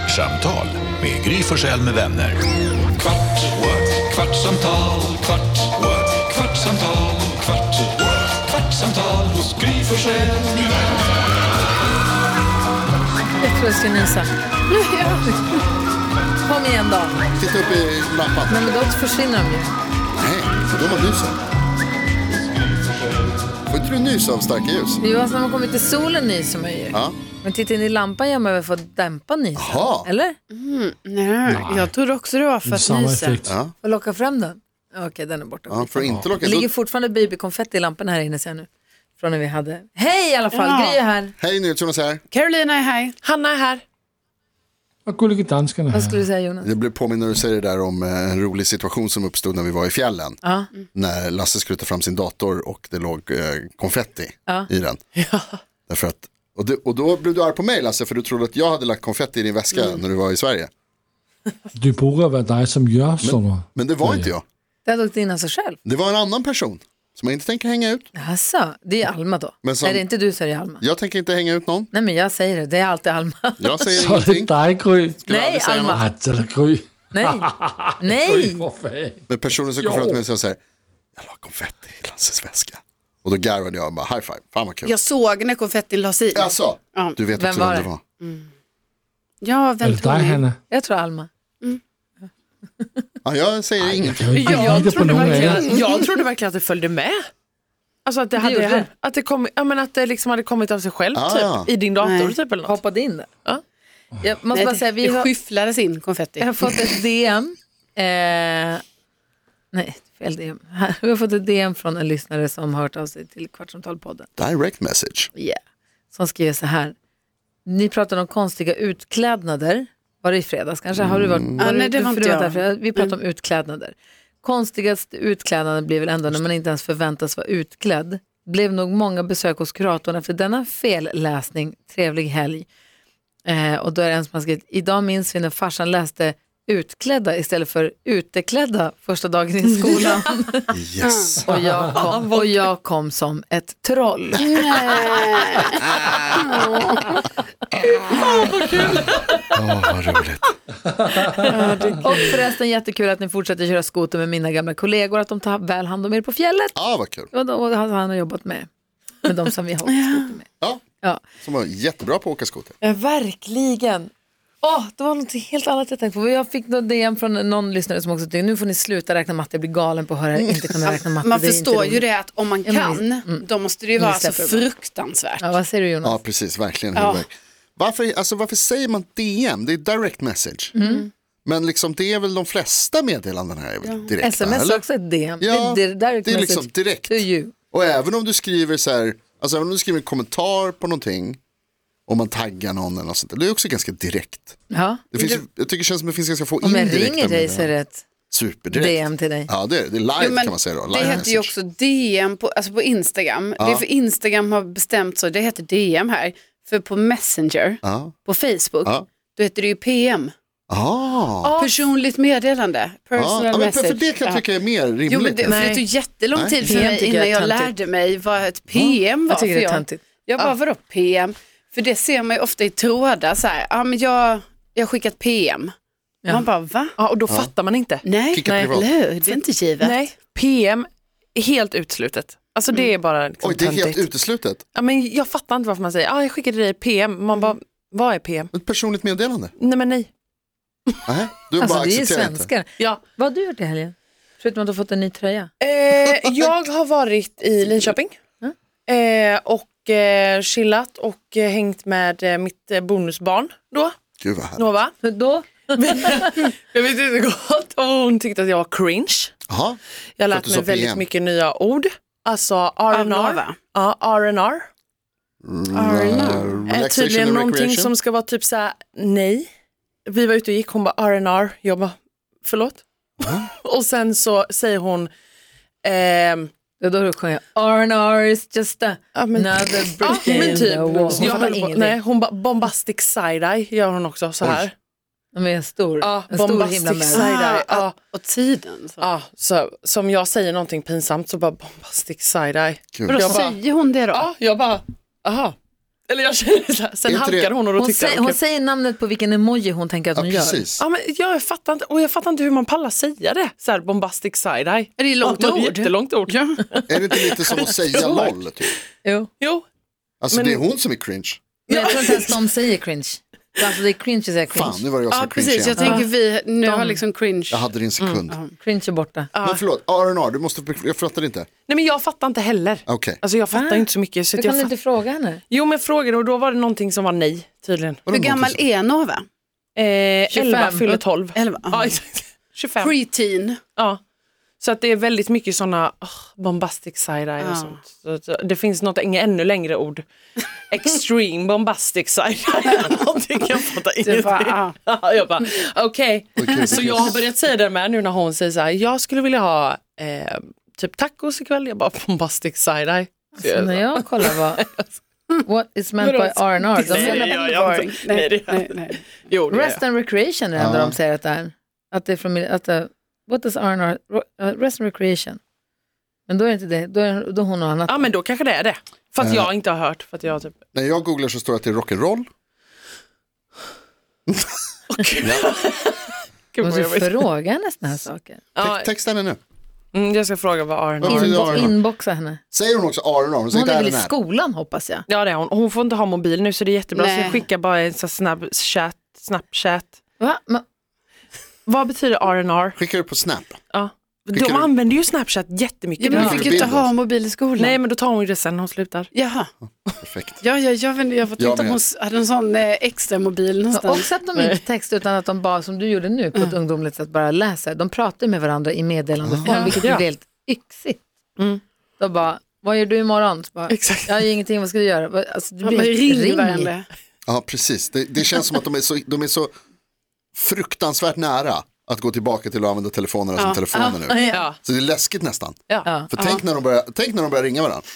Kvartsamtal med Gry Forssell med vänner. Kvartsamtal, kvartsamtal, kvartsamtal hos Gry Forssell med vänner. Jag tror jag ska nysa. Kom igen då. Titta upp i lampan. Nej, men då försvinner de ju. Nej, för de har nysen. Får inte du nysa av starka ljus? Det är när man kommer till solen nyser man ju. Ja. Men titta in i lampan gör man väl för att dämpa nysen. Jaha. Eller? Nej, jag trodde också det var för att nysa. Ja. För att locka fram den. Okej, den är borta. Ja, för att inte locka. Det ligger fortfarande babykonfetti i lampan här inne ser jag nu. Från när vi hade. Hej i alla fall, Gry är här. Hej, NyhetsJonas här. Carolina är här. Hanna är här. Och gullige danskarna. Vad skulle du säga, Jonas? Jag blev påminn när du säger det där om en rolig situation som uppstod när vi var i fjällen. Ja. När Lasse skulle ta fram sin dator och det låg konfetti i den. Ja. Därför att, och då blev du arg på mig, Lasse, för du trodde att jag hade lagt konfetti i din väska när du var i Sverige. Det borde vara dig som gör så. Men det var inte jag. Det hade åkt in av sig själv. Det var en annan person som jag inte tänker hänga ut. Alltså, det är Alma då. Men som- Är det inte du så är det Alma. Jag tänker inte hänga ut någon. Nej, men jag säger det, det är alltid Alma. Jag säger Så är ingenting. det dig, Gry. Skulle Nej, aldrig säga Alma. något. Eller Gry. Nej. Gry, Nej. för fan. Men personen som kom fram till mig och sa jag la konfetti i Lasses väska. Och då garvade jag och bara high five, fan vad kul. Jag såg när konfettin lades i. Alltså, Ja. du vet Vem också var vem det? det var. Ja, Är vem det tror dig, ni? Hanna? Jag tror Alma. Ja, jag säger ingenting. Jag kan Jag inte på trodde, någon av er. verkligen att det följde med. Alltså att det gjorde det. hade att det kom, ja, men att det liksom hade kommit av sig själv Ah. typ i din dator Nej. typ eller något. Hoppade in där. Ja. Jag måste bara säga, det skyfflades in konfetti. jag har fått ett DM. Nej, fel DM. Vi har fått ett DM från en lyssnare som har hört av sig till Kvartsamtalpodden. Direct message. Yeah. Som skriver så här. Ni pratade om konstiga utklädnader. Var det i fredags kanske? Har du varit, nej, det var inte jag. Vi pratade om utklädnader. Konstigaste utklädnaden blir väl ändå när man inte ens förväntas vara utklädd. Blev nog många besök hos kuratorn efter denna felläsning. Trevlig helg. Och då är det en som har skrivit, idag minns vi när farsan läste utklädda istället för uteklädda första dagen i skolan. Yes. och jag kom som ett troll. Vad roligt. Och förresten jättekul att ni fortsätter köra skoter med mina gamla kollegor, att de tar väl hand om er på fjället. Vad kul. Och han har jobbat med de som vi har åkt skoter med. Ja. Som var jättebra på att åka skoter. Verkligen. Det var något helt annat jag tänkte på. Jag fick något DM från någon lyssnare som också tyckte, nu får ni sluta räkna matte, jag blir galen på att höra inte kunna räkna matte. Man det är förstår inte ju det att om man kan, då måste det ju vara så fruktansvärt. Ja, vad säger du, Jonas? Ja, precis, verkligen. Ja. Varför säger man DM? Det är direct message. Men liksom, det är väl de flesta meddelanden här är väl direkta, SMS eller? är också ett DM. Ja, det är liksom direkt. To you. Och även om du skriver så här, alltså även om du skriver en kommentar på någonting, om man taggar någon eller något sånt, det är också ganska direkt. Ja. Det finns, jag tycker det känns som det finns ganska få Om jag indirekta ringer dig meddelanden. så är det ett Superdirekt. DM till dig. Ja, det är live Jo, men kan man säga då. Det Live heter ju message. också DM på Instagram. Det är för Instagram har bestämt så, det heter DM här. För på Messenger, på Facebook, då heter det ju PM. Personligt meddelande. Personal men message. för det kan jag tycka är mer rimligt. Jo, men det tog jättelång tid för mig innan jag lärde mig vad ett PM var. Jag tycker det är töntigt. Jag bara, vadå PM? För det ser man ju ofta i trådar så här, men jag har skickat PM. Man bara, va? Ja, och då fattar man inte. Nej, Kicka privat. eller hur? Det är inte givet. Nej, PM är helt utslutet. Alltså det är bara liksom Oj, det är helt töntigt. uteslutet. Ja, men jag fattar inte varför man säger, jag skickade dig PM. Man bara, vad är PM? Ett personligt meddelande. Nej men nej. Nej, du Alltså bara det är ju accepterar inte. svenskar. Ja. Vad har du gjort i helgen? Förutom att du har fått en ny tröja. Jag har varit i Linköping och chillat och hängt med mitt bonusbarn då, Gud vad härligt. Nova. Då? Jag vet inte gott och hon tyckte att jag var cringe. Jaha. Jag har För lärt att du mig sa väldigt PM. mycket nya ord. Alltså Av R&R. Nova. Ja, R&R. Relaxation Tydligen and någonting recreation. som ska vara typ så här, nej. Vi var ute och gick, hon bara R&R. Jag bara, förlåt. Och sen så säger hon Då du sjunger R&R is just another brick in men the typ. wall. Hon Jag fattar höll på, ingenting. nej, hon bara bombastic side-eye gör hon också så här. De är en stor himla Bombastic med. side-eye. Ja, Och tiden. Så. ja, så som jag säger någonting pinsamt så bara bombastic side-eye. Gud. Men då Jag bara- säger hon det då? Ja, jag bara, aha. Eller jag känner så här, sen halkar hon och då tyckte hon säger namnet på vilken emoji hon tänker att hon gör. Ja, men jag fattar inte, och jag fattar inte hur man pallar säga det. Så här bombastic side-eye. Är det långt ord? Jättelångt ord. Ja. Är det inte lite som att säga LOL typ? Jo. Alltså men... det är hon som är cringe. Men jag tror inte ens de säger cringe. Alltså det är cringe att säga cringe. Fan, nu var det jag som cringe precis, igen. jag tänker vi nu har liksom cringe. Jag hade din sekund. Cringe är borta. Men förlåt, R&R, du måste, jag fattar inte. Nej, men jag fattar inte heller. Okay. Alltså jag fattar inte så mycket. Så du kan inte fråga henne. Jo, men frågade och då var det någonting som var nej, tydligen. Hur gammal är Nova? 11, fyller 12. 11. Ja, exakt. 25. Pre-teen. Ja. Så att det är väldigt mycket sådana bombastic side-eye och sånt. Så det finns något ännu längre ord. Extreme bombastic side-eye. Någonting jag fattar ingenting. Jag bara, okej. Så jag har börjat säga det med nu när hon säger så här, jag skulle vilja ha typ tacos ikväll. Jag bara, bombastic side-eye. Så när jag kollar what is meant by R&R. Nej. Rest and recreation är det enda de säger att det är. Att det är från... What is R&R? Rest and recreation. Men då är det inte det. Då är hon och annat. Ja, men då kanske det är det. För att jag inte har hört. För att jag typ... När jag googlar så står det att det är rock'n'roll. Du måste fråga henne såna här saker. Texta henne nu. Jag ska fråga vad R&R är. Inboxa henne. Säger hon också R&R? Hon är väl i skolan, hoppas jag. Ja, det är hon. Hon får inte ha mobil nu så det är jättebra. Nej. Så jag skickar bara en Snapchat. Va? Vad betyder R&R? Skickar du på Snap? Ja. De använder ju Snapchat jättemycket. Ja, men du fick ju inte ha mobil i skolan. Nej, men då tar hon ju det sen när hon slutar. Jaha. Perfekt. Jag vet inte om hon hade en sån extra mobil någonstans. Och att de inte text utan att de bara, som du gjorde nu, på ett ungdomligt sätt bara läser. De pratar med varandra i meddelandeform, vilket är helt yxigt. Då bara, vad gör du imorgon? Så bara, exakt. Jag gör ingenting, vad ska du göra? Alltså, du ringer varandra. Ja, precis. Det känns som att de är så fruktansvärt nära att gå tillbaka till att använda telefonerna som telefoner nu. Ja. Så det är läskigt nästan. Ja. För tänk när de börjar ringa varandra.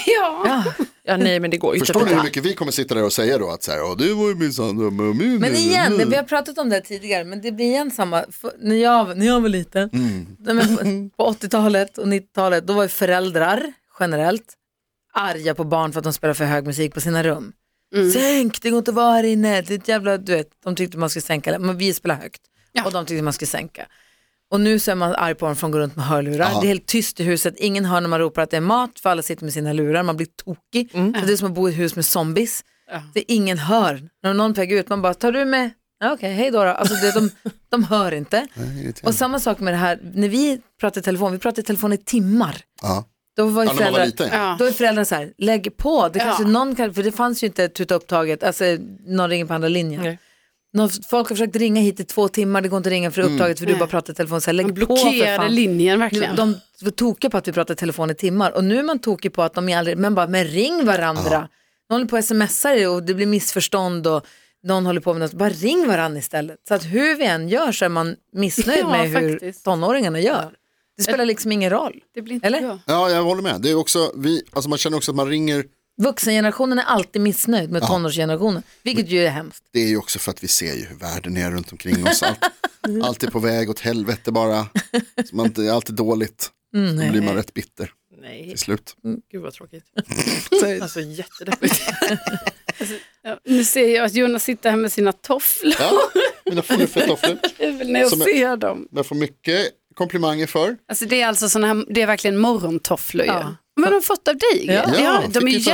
Ja, nej, men det går ju inte. Förstår ni hur mycket vi kommer sitta där och säga då att så här, du var ju minsann. Men igen, vi har pratat om det här tidigare, men det blir igen samma. När jag var liten, på 80-talet och 90-talet, då var ju föräldrar generellt arga på barn för att de spelar för hög musik på sina rum. Sänk, det går inte att vara här inne. Det är ett jävla, du vet, de tyckte man skulle sänka, men vi spelar högt. Och de tyckte man skulle sänka. Och nu så är man arg på dem från att gå runt med hörlurar. Det är helt tyst i huset. Ingen hör när man ropar att det är mat, för alla sitter med sina lurar. Man blir tokig. Så det är som att bo i ett hus med zombies. Det är ingen hör. När någon pekar ut, man bara, tar du med? Ja, okej, hej då. Alltså de hör inte. Och samma sak med det här, när vi pratar i telefon i timmar. Då var ju då är föräldrar så här, lägg på. Det kanske någon kan, för det fanns ju inte tuta upptaget. Alltså någon ringer på andra linjen. Folk har försökt ringa hit i 2 timmar. Det går inte att ringa för upptaget för du bara pratar i telefon. Så här, lägg på för fan. Linjen verkligen. De var tokiga på att vi pratar i telefon i timmar. Och nu är man tokig på att de är aldrig, men ring varandra. Någon håller på att smsar och det blir missförstånd och någon håller på med något. Bara ring varandra istället. Så att hur vi än gör så är man missnöjd med hur tonåringarna gör. Det spelar liksom ingen roll. Det blir inte bra. Ja, jag håller med. Det är också, alltså man känner också att man ringer. Vuxengenerationen är alltid missnöjd med tonårsgenerationen, vilket ju är hemskt. Det är ju också för att vi ser ju hur världen är runt omkring oss. Allt är på väg åt helvete bara. Så man är alltid dåligt. Då blir man rätt bitter till slut. Gud vad tråkigt. Alltså jättedeppigt. Nu ser jag att Jonas sitter här med sina tofflor. Ja, mina tofflor. Det är väl när jag ser dem. Jag får mycket komplimanger för. Alltså det är alltså såna här, det är verkligen morgontofflor ju. Men de har fått av dig. De är ju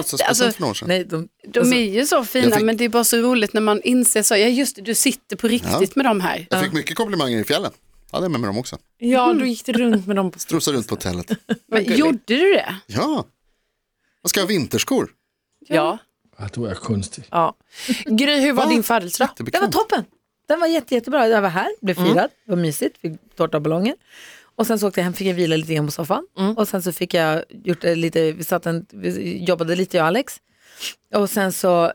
de är ju så fina, men det är bara så roligt när man inser så. Ja, just det, du sitter på riktigt med dem här. Jag fick mycket komplimanger i fjällen. Ja, det är med dem också. Ja, du gick runt med dem. Strosade runt på hotellet. Men gjorde du det? Ja. Man ska ha vinterskor. Ja. Du är konstig. Ja. Gry, hur var din födelsedag? Det var toppen. Den var jättebra. Jag var här, blev firad. Det var mysigt. Fick tårta och ballonger. Och sen så åkte jag hem, fick jag vila lite grann på soffan. Och sen så fick jag gjort lite, vi jobbade lite, jag och Alex. Och sen så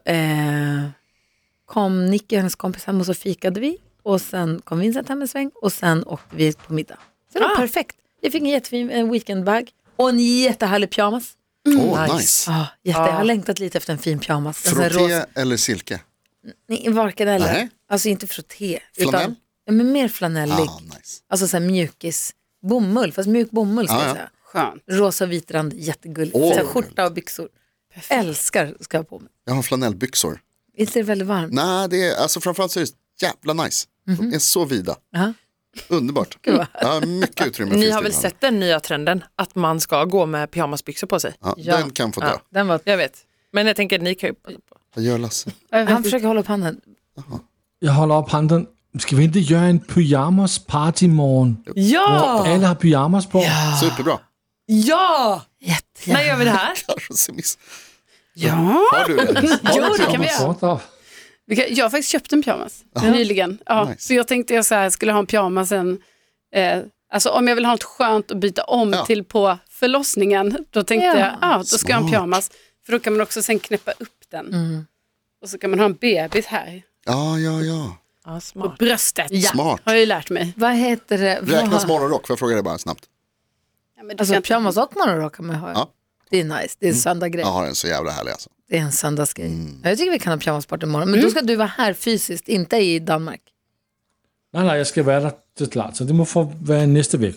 kom Nicky och hennes kompis hem och så fikade vi. Och sen kom Vincent hem en sväng och sen åkte vi på middag. Så det var perfekt. Jag fick en jättefin weekendbag och en jättehärlig pyjamas. Nice. Jag har längtat lite efter en fin pyjamas. Frotté eller silke? Nej, varken eller. Nej. Alltså inte frotté. Flanell? Men mer flanellig. Nice. Alltså så här mjukis. Bomull, fast mjuk bomull ska jag säga. Skönt. Rosa vitrand, jättegulligt. Skjorta och byxor. Älskar ska jag på mig. Jag har flanellbyxor. Inte det väldigt varmt? Nej, det är, alltså framförallt så är det jävla nice. De är så vida. Underbart. Ja, mycket utrymme. Ni har väl sett den nya trenden att man ska gå med pyjamasbyxor på sig? Ja. Den kan få dö. Jag vet. Men jag tänker att ni kan ju... Vad gör Lasse? Han försöker hålla upp handen. Jag håller upp handen. Ska vi inte göra en pyjamas-party imorgon? Ja! Alla har pyjamas på. Ja. Superbra. Ja! När gör vi det här? Ja. Har du det? Jo, det kan vi göra. Jag har faktiskt köpt en pyjamas nyligen. Ja, nice. Så jag tänkte jag så här, skulle ha en pyjamas sen. Alltså om jag vill ha något skönt att byta om till på förlossningen. Då tänkte jag, då ska jag ha en pyjamas. För då kan man också sen knäppa upp den. Och så kan man ha en bebis här. Ja, smart. På bröstet. Ja. Smart. Har jag ju lärt mig. Vad heter det? Räknas morgonrock? Får jag fråga det bara snabbt? Alltså pyjamas och morgonrock kan man ha. Ja. Det är nice, det är en söndagrej. Jag har en så jävla härlig alltså. Det är en söndagsgrej. Jag tycker vi kan ha pyjamaspart imorgon. Men då ska du vara här fysiskt, inte i Danmark. Nej, jag ska vara där till klart. Så det måste få vara nästa vecka.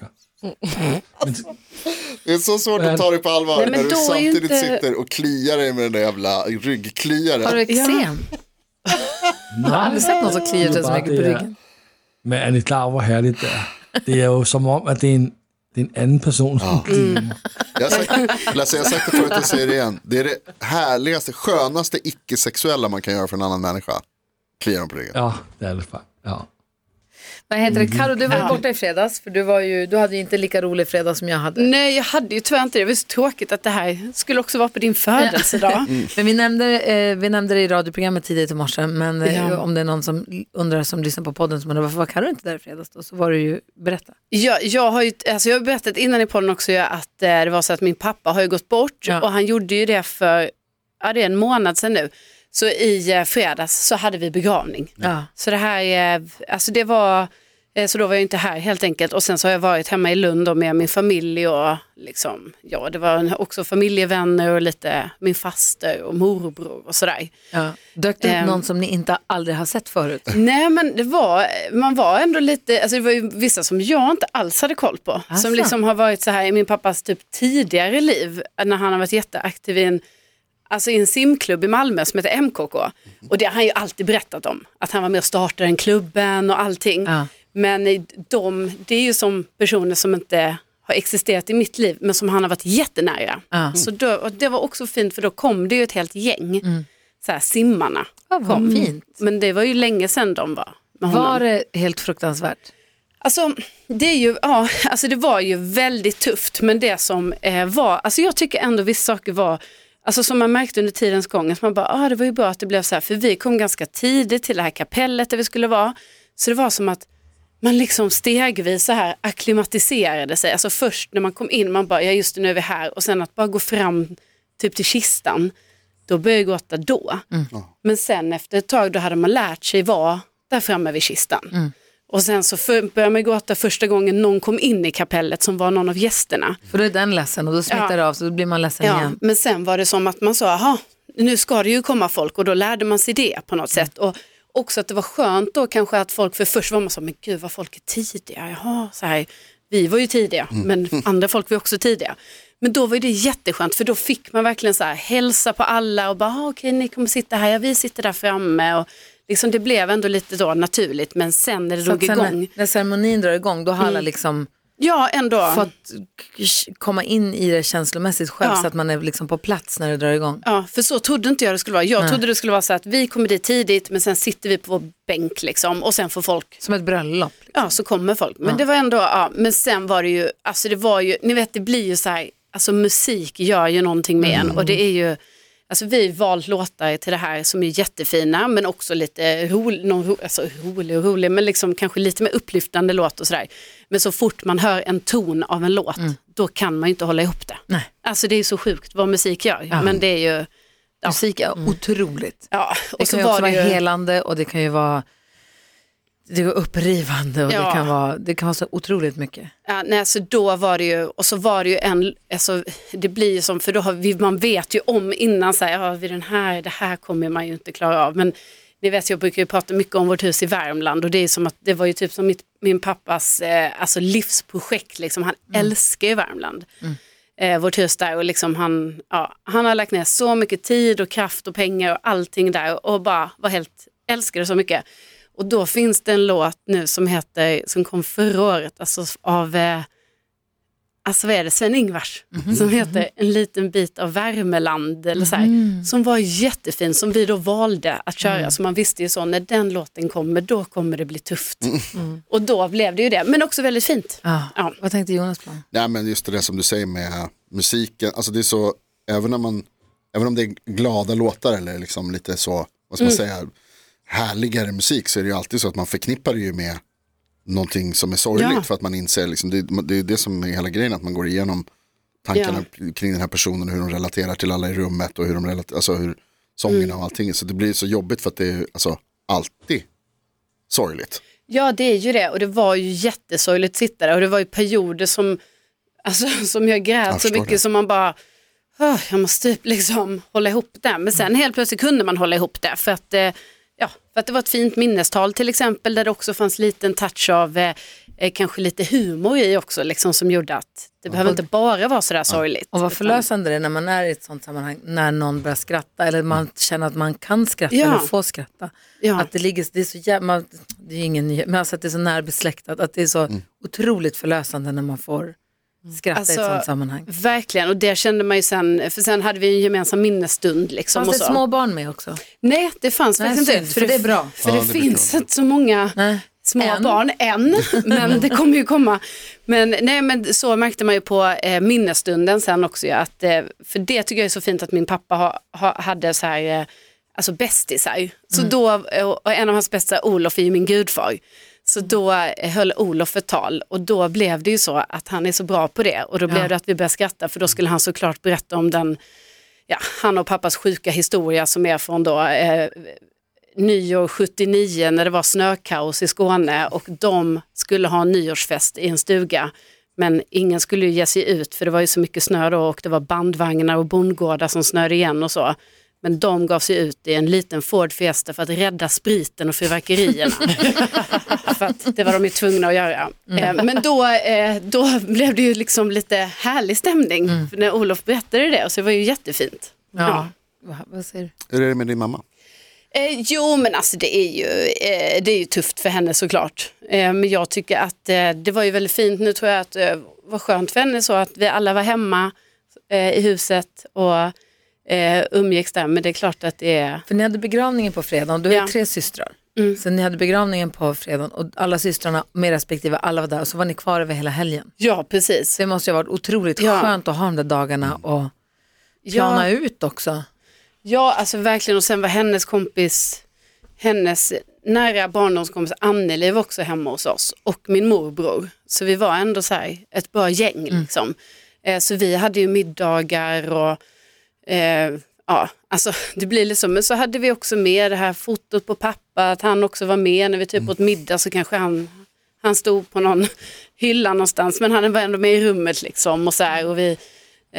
Det är så svårt att ta dig på allvar när du samtidigt sitter och kliar dig med den där jävla ryggkliaren. Har du eksem? Jag har aldrig sett någon som kliar sig så mycket på ryggen. Men är ni klar vad härligt det är? Det är ju som om att det är en annan person som kliar. Jag har sagt det förut och säger det igen. Det är det härligaste, skönaste icke-sexuella man kan göra för en annan människa. Kliar dem på ryggen. Ja, det är det fan. Ja. Vad heter det? Karo, du var borta i fredags. För du hade ju inte lika rolig fredag som jag hade. Nej, jag hade ju tyvärr inte det. Det var så tråkigt att det här skulle också vara på din födelsedag. Men vi nämnde det i radioprogrammet tidigt i morse. Men om det är någon som undrar som lyssnar på podden som undrar varför var Karo inte där i fredags då? Så var du ju berätta. Jag har berättat innan i podden också att det var så att min pappa har ju gått bort. Och han gjorde ju det för det är en månad sedan nu. Så i fredags så hade vi begravning. Så det här, alltså det var, så då var jag inte här helt enkelt. Och sen så har jag varit hemma i Lund med min familj och liksom, det var också familjevänner och lite min faster och morbror och sådär. Dök det upp någon som ni inte aldrig har sett förut? Nej, men man var ändå lite, alltså det var ju vissa som jag inte alls hade koll på. Som liksom har varit så här i min pappas typ tidigare liv när han har varit jätteaktiv i en simklubb i Malmö som heter MKK. Och det har han ju alltid berättat om. Att han var med och startade den klubben och allting. Men det är ju som personer som inte har existerat i mitt liv. Men som han har varit jättenära. Så det var också fint för då kom det ju ett helt gäng. Så här, simmarna kom. Fint. Men det var ju länge sedan de var med honom. Var det helt fruktansvärt? Alltså det är ju, alltså det var ju väldigt tufft. Men det som var, alltså jag tycker ändå vissa saker var, alltså som man märkte under tidens gång, att man bara, det var ju bra att det blev så här, för vi kom ganska tidigt till det här kapellet där vi skulle vara. Så det var som att man liksom stegvis så här akklimatiserade sig. Alltså först när man kom in, man bara, just det, nu är vi här. Och sen att bara gå fram typ till kistan, då började jag gråta då. Men sen efter ett tag, då hade man lärt sig vara där framme vid kistan. Och sen så började man gråta första gången någon kom in i kapellet som var någon av gästerna. För då är den ledsen och då smittar det av så då blir man ledsen igen. Men sen var det som att man sa, nu ska det ju komma folk och då lärde man sig det på något sätt. Och också att det var skönt då kanske att folk, för först var man så, men gud vad folk är tidiga. Jaha, så här, vi var ju tidiga, men andra folk var också tidiga. Men då var det jätteskönt för då fick man verkligen så här hälsa på alla och bara, okej, ni kommer sitta här, vi sitter där framme och liksom det blev ändå lite då naturligt, men sen när det drog igång. När ceremonin drar igång, då har alla liksom ändå fått komma in i det känslomässigt själv så att man är liksom på plats när det drar igång. Ja, för så trodde inte jag det skulle vara. Jag trodde det skulle vara så att vi kommer dit tidigt, men sen sitter vi på vår bänk liksom, och sen får folk. Som ett bröllop. Liksom. Ja, så kommer folk. Men det var ändå, men sen var det ju, alltså det var ju, ni vet det blir ju så här, alltså musik gör ju någonting med en och det är ju, alltså vi valt låtar till det här som är jättefina men också lite rolig men liksom kanske lite mer upplyftande låt och sådär. Men så fort man hör en ton av en låt då kan man ju inte hålla ihop det. Nej. Alltså det är så sjukt vad musik gör. Men det är ju... Musik är otroligt. Ja, och det så kan ju också vara ju helande och det kan ju vara... Det var upprivande och det kan vara så otroligt mycket. Ja, nej, så då var det ju, och så var det ju alltså, det blir ju som, för då man vet ju om innan så här, det här kommer man ju inte klara av. Men ni vet, jag brukar ju prata mycket om vårt hus i Värmland och det är som att det var ju typ som min pappas alltså livsprojekt liksom, han älskar ju Värmland. vårt hus där och liksom han har lagt ner så mycket tid och kraft och pengar och allting där och bara var helt älskade så mycket. Och då finns det en låt nu som kom förra året, alltså av vad är det, Sven-Ingvars som heter En liten bit av Värmeland eller så här, som var jättefin, som vi då valde att köra, så man visste ju så, när den låten kommer, då kommer det bli tufft. Och då blev det ju det, men också väldigt fint. Ja. Vad tänkte Jonas på? Ja, men just det som du säger med musiken, alltså det är så, även om det är glada låtar eller liksom lite så, vad ska man säga, härligare musik, så är det ju alltid så att man förknippar det ju med någonting som är sorgligt, för att man inser liksom, det är det som är hela grejen, att man går igenom tankarna kring den här personen, hur de relaterar till alla i rummet och hur de alltså hur sångerna och allting, så det blir så jobbigt för att det är alltså alltid sorgligt. Ja, det är ju det, och det var ju jättesorgligt att sitta där, och det var ju perioder som jag grät så mycket som man bara jag måste typ liksom hålla ihop det, men sen helt plötsligt kunde man hålla ihop det för att det var ett fint minnestal till exempel, där det också fanns liten touch av kanske lite humor i också, liksom, som gjorde att det behöver inte bara vara sådär sorgligt. Och vad förlösande det är när man är i ett sånt sammanhang, när någon börjar skratta eller man känner att man kan skratta eller få skratta. Att det är så jävla, det är ingen nyhet, men alltså att det är så närbesläktat, att det är så otroligt förlösande när man får skratta i ett sånt sammanhang. Verkligen, och det kände man ju sen, för sen hade vi en gemensam minnesstund liksom. Fanns det små barn med också? Nej, det fanns faktiskt inte. För det är bra. För det finns inte så många små barn än, men det kommer ju komma. Men så märkte man ju på minnesstunden sen också, att, för det tycker jag är så fint att min pappa hade så här, alltså bästisar. Så då, och en av hans bästa, Olof, är ju min gudfar. Så då höll Olof ett tal, och då blev det ju så att han är så bra på det, och då blev det att vi började skratta, för då skulle han såklart berätta om den, han och pappas sjuka historia som är från då nyår 79 när det var snökaos i Skåne, och de skulle ha en nyårsfest i en stuga, men ingen skulle ju ge sig ut för det var ju så mycket snö då, och det var bandvagnar och bondgårdar som snörde igen och så. Men de gav sig ut i en liten Ford Fiesta för att rädda spriten och fyrverkerierna. För att det var de ju tvungna att göra. Men då blev det ju liksom lite härlig stämning när Olof berättade det. Och så det var ju jättefint. Ja. Vad säger du? Hur är det med din mamma? Jo, men alltså det är ju tufft för henne såklart. Men jag tycker att det var ju väldigt fint. Nu tror jag att det var skönt för henne så att vi alla var hemma i huset och umgicks där, men det är klart att det är... För ni hade begravningen på fredagen, du har 3 systrar. Så ni hade begravningen på fredagen och alla systrarna med respektive, alla var där, och så var ni kvar över hela helgen. Ja, precis. Det måste ju ha varit otroligt skönt att ha de där dagarna och plana ut också. Ja, alltså verkligen, och sen var hennes nära barndomskompis Anneli var också hemma hos oss, och min morbror. Så vi var ändå så här ett bra gäng liksom. Så vi hade ju middagar och alltså det blir liksom, men så hade vi också med det här fotot på pappa, att han också var med när vi typ åt middag, så kanske han stod på någon hylla någonstans, men han var ändå med i rummet liksom, och så här, och vi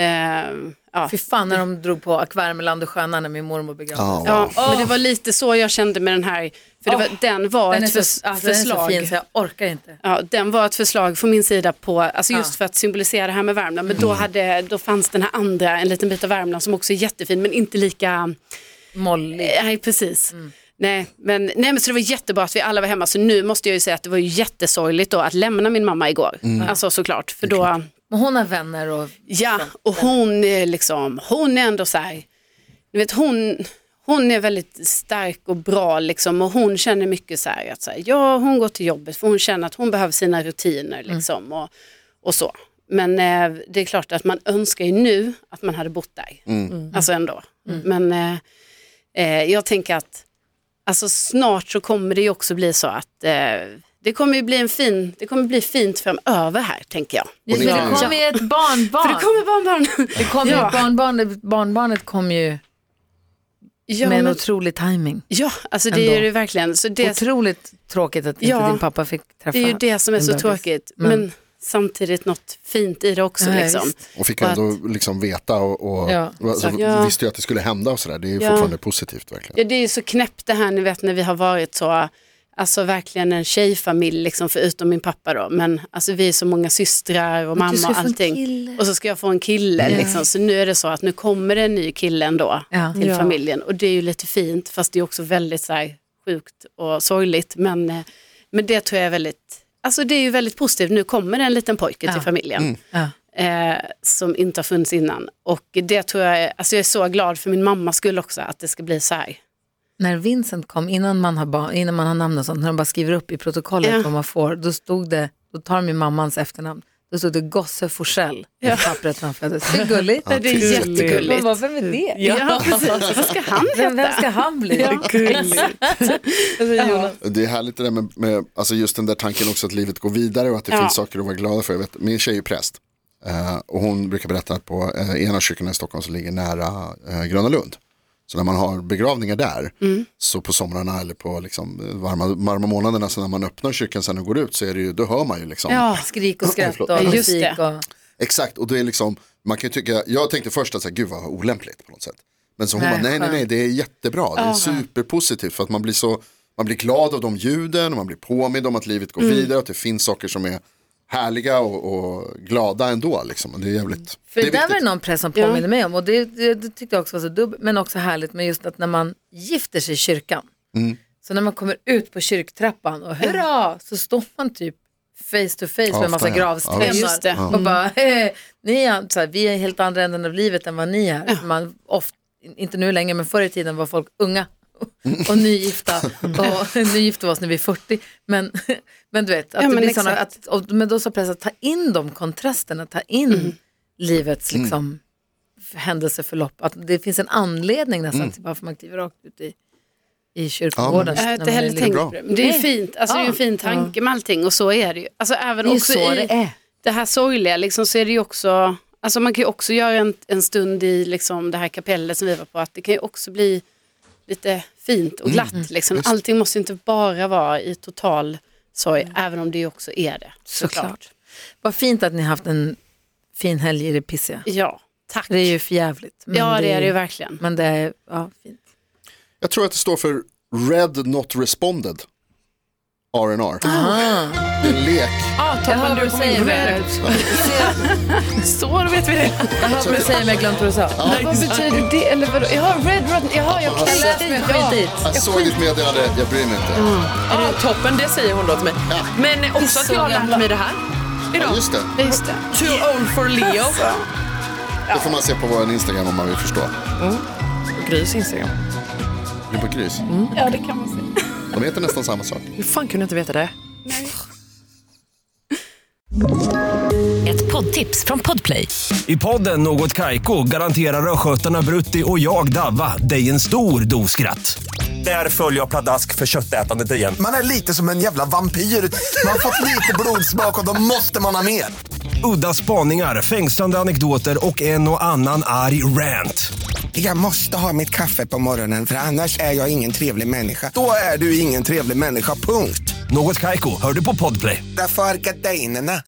Fy fan när de drog på Akvärmeland och Sköna när min mormor begravdes. Men det var lite så jag kände med den här, för den var ett förslag. Den är så fin så jag orkar inte. Ja, den var ett förslag från min sida på, alltså just för att symbolisera det här med Värmland, men då fanns den här andra, en liten bit av Värmland som också är jättefin, men inte lika mollig. Nej, precis. Nej, men så det var jättebra att vi alla var hemma, så nu måste jag ju säga att det var ju jättesorgligt då att lämna min mamma igår. Alltså såklart, för då... Men hon har vänner och... Ja, och hon är ändå så här, du vet, hon är väldigt stark och bra liksom, och hon känner mycket så här att så här, hon går till jobbet för hon känner att hon behöver sina rutiner liksom, och så. Men det är klart att man önskar ju nu att man hade bott där. Alltså ändå. Men jag tänker att alltså snart så kommer det ju också bli så att det kommer ju bli fint framöver här, tänker jag. Det kommer ju ett barnbarn. För det kommer barnbarn. Det kommer ju barnbarnet kommer ju med en otrolig timing. Ja, alltså det är det verkligen. Så det otroligt tråkigt att inte din pappa fick träffa. Det är ju det som är så tråkigt. Men samtidigt något fint i det också. Liksom. Och fick ändå liksom veta och visste ju att det skulle hända och sådär. Det är ju fortfarande positivt verkligen. Ja, det är ju så knäppt det här, ni vet, när vi har varit så... alltså verkligen en tjejfamilj liksom, förutom min pappa då. Men alltså vi är så många systrar och mamma och allting. Och så ska jag få en kille liksom. Så nu är det så att nu kommer det en ny kille ändå till familjen. Och det är ju lite fint, fast det är också väldigt så här, sjukt och sorgligt. Men det tror jag är väldigt, alltså det är ju väldigt positivt. Nu kommer det en liten pojke till familjen. Som inte har funnits innan. Och det tror jag, alltså jag är så glad för min mamma skulle också att det ska bli så här. När Vincent kom, innan man har namn och sånt, när de bara skriver upp i protokollet vad man får, då stod det, då tar min mammans efternamn. Då stod det Gosse Forsell på pappret han föddes. Det är gulligt. Ja, det är jättegulligt. Men vem är det? Ja, precis. Vad ska han heta? Vem ska han bli? Ja. Det är härligt det där med alltså just den där tanken också att livet går vidare och att det finns saker att vara glada för. Jag vet, min tjej är präst och hon brukar berätta på en av kyrkorna i Stockholm som ligger nära Gröna Lund. Så när man har begravningar där, så på somrarna eller på liksom varma månaderna, så när man öppnar kyrkan sen och går ut så är det ju, då hör man ju liksom skrik och skratt och musik. Exakt, och det är liksom, man kan ju tycka, jag tänkte först att så här, gud vad olämpligt på något sätt. Men så hon bara, nej, det är jättebra, det är superpositivt för att man blir glad av de ljuden och man blir påmind om att livet går vidare, att det finns saker som är härliga och glada ändå liksom. Det är jävligt. För det där var det någon press som påminner mig om, och det tyckte jag också var så dubbelt, men också härligt med just att när man gifter sig i kyrkan, så när man kommer ut på kyrktrappan och hurra, så står man typ face to face med en massa gravstenar och bara, ni är, så här, vi är helt andra änden av livet än vad ni är. Man ofta, inte nu längre, men förr i tiden var folk unga och nygifta och nygifta var oss när vi är 40, men du vet att det blir såna, men då så press att ta in de kontrasterna, ta in livets liksom händelseförlopp, att det finns en anledning nästan till varför man kliver rakt ut i kyrkogården. Jag har inte heller tänkt på det. Det är fint, alltså det är en fin tanke med allting, och så är det ju. Alltså även det också så i det här sorgliga liksom, så är det ju också, alltså man kan ju också göra en stund i liksom det här kapellet som vi var på, att det kan ju också bli lite fint och glatt liksom. Allting måste inte bara vara i total sorg, även om det också är det. Såklart. Vad fint att ni har haft en fin helg i det pissiga. Ja, tack. Det är ju för jävligt. Ja, det är det ju verkligen. Men det är fint. Jag tror att det står för Red Not Responded. R&R. Det är en lek. Toppen, du säger med. Så då vet vi det. Jaha, du säger med glömt vad du sa. Vad betyder det? Eller vadå? Jag såg ditt meddelande, jag bryr mig inte. Toppen, det säger hon då till mig. Men också att jag har lärt mig det här idag. Just det. Too old for Leo. Det får man se på vår Instagram om man vill förstå. Och Grys Instagram. Det är på Grys. Ja, det kan man se. De heter nästan samma sak. Hur fan kunde jag inte veta det? Nej. Ett poddtips från Podplay. I podden Något Kaiko garanterar röskötarna Brutti och jag Davva dig en stor doskratt. Där följer jag pladask för köttätandet igen. Man är lite som en jävla vampyr. Man har fått lite blodsmak och då måste man ha mer. Udda spaningar, fängslande anekdoter och en och annan arg rant. Jag måste ha mitt kaffe på morgonen, för annars är jag ingen trevlig människa. Då är du ingen trevlig människa, punkt. Något Kaiko, hör du på Podplay. Därför är gardinerna.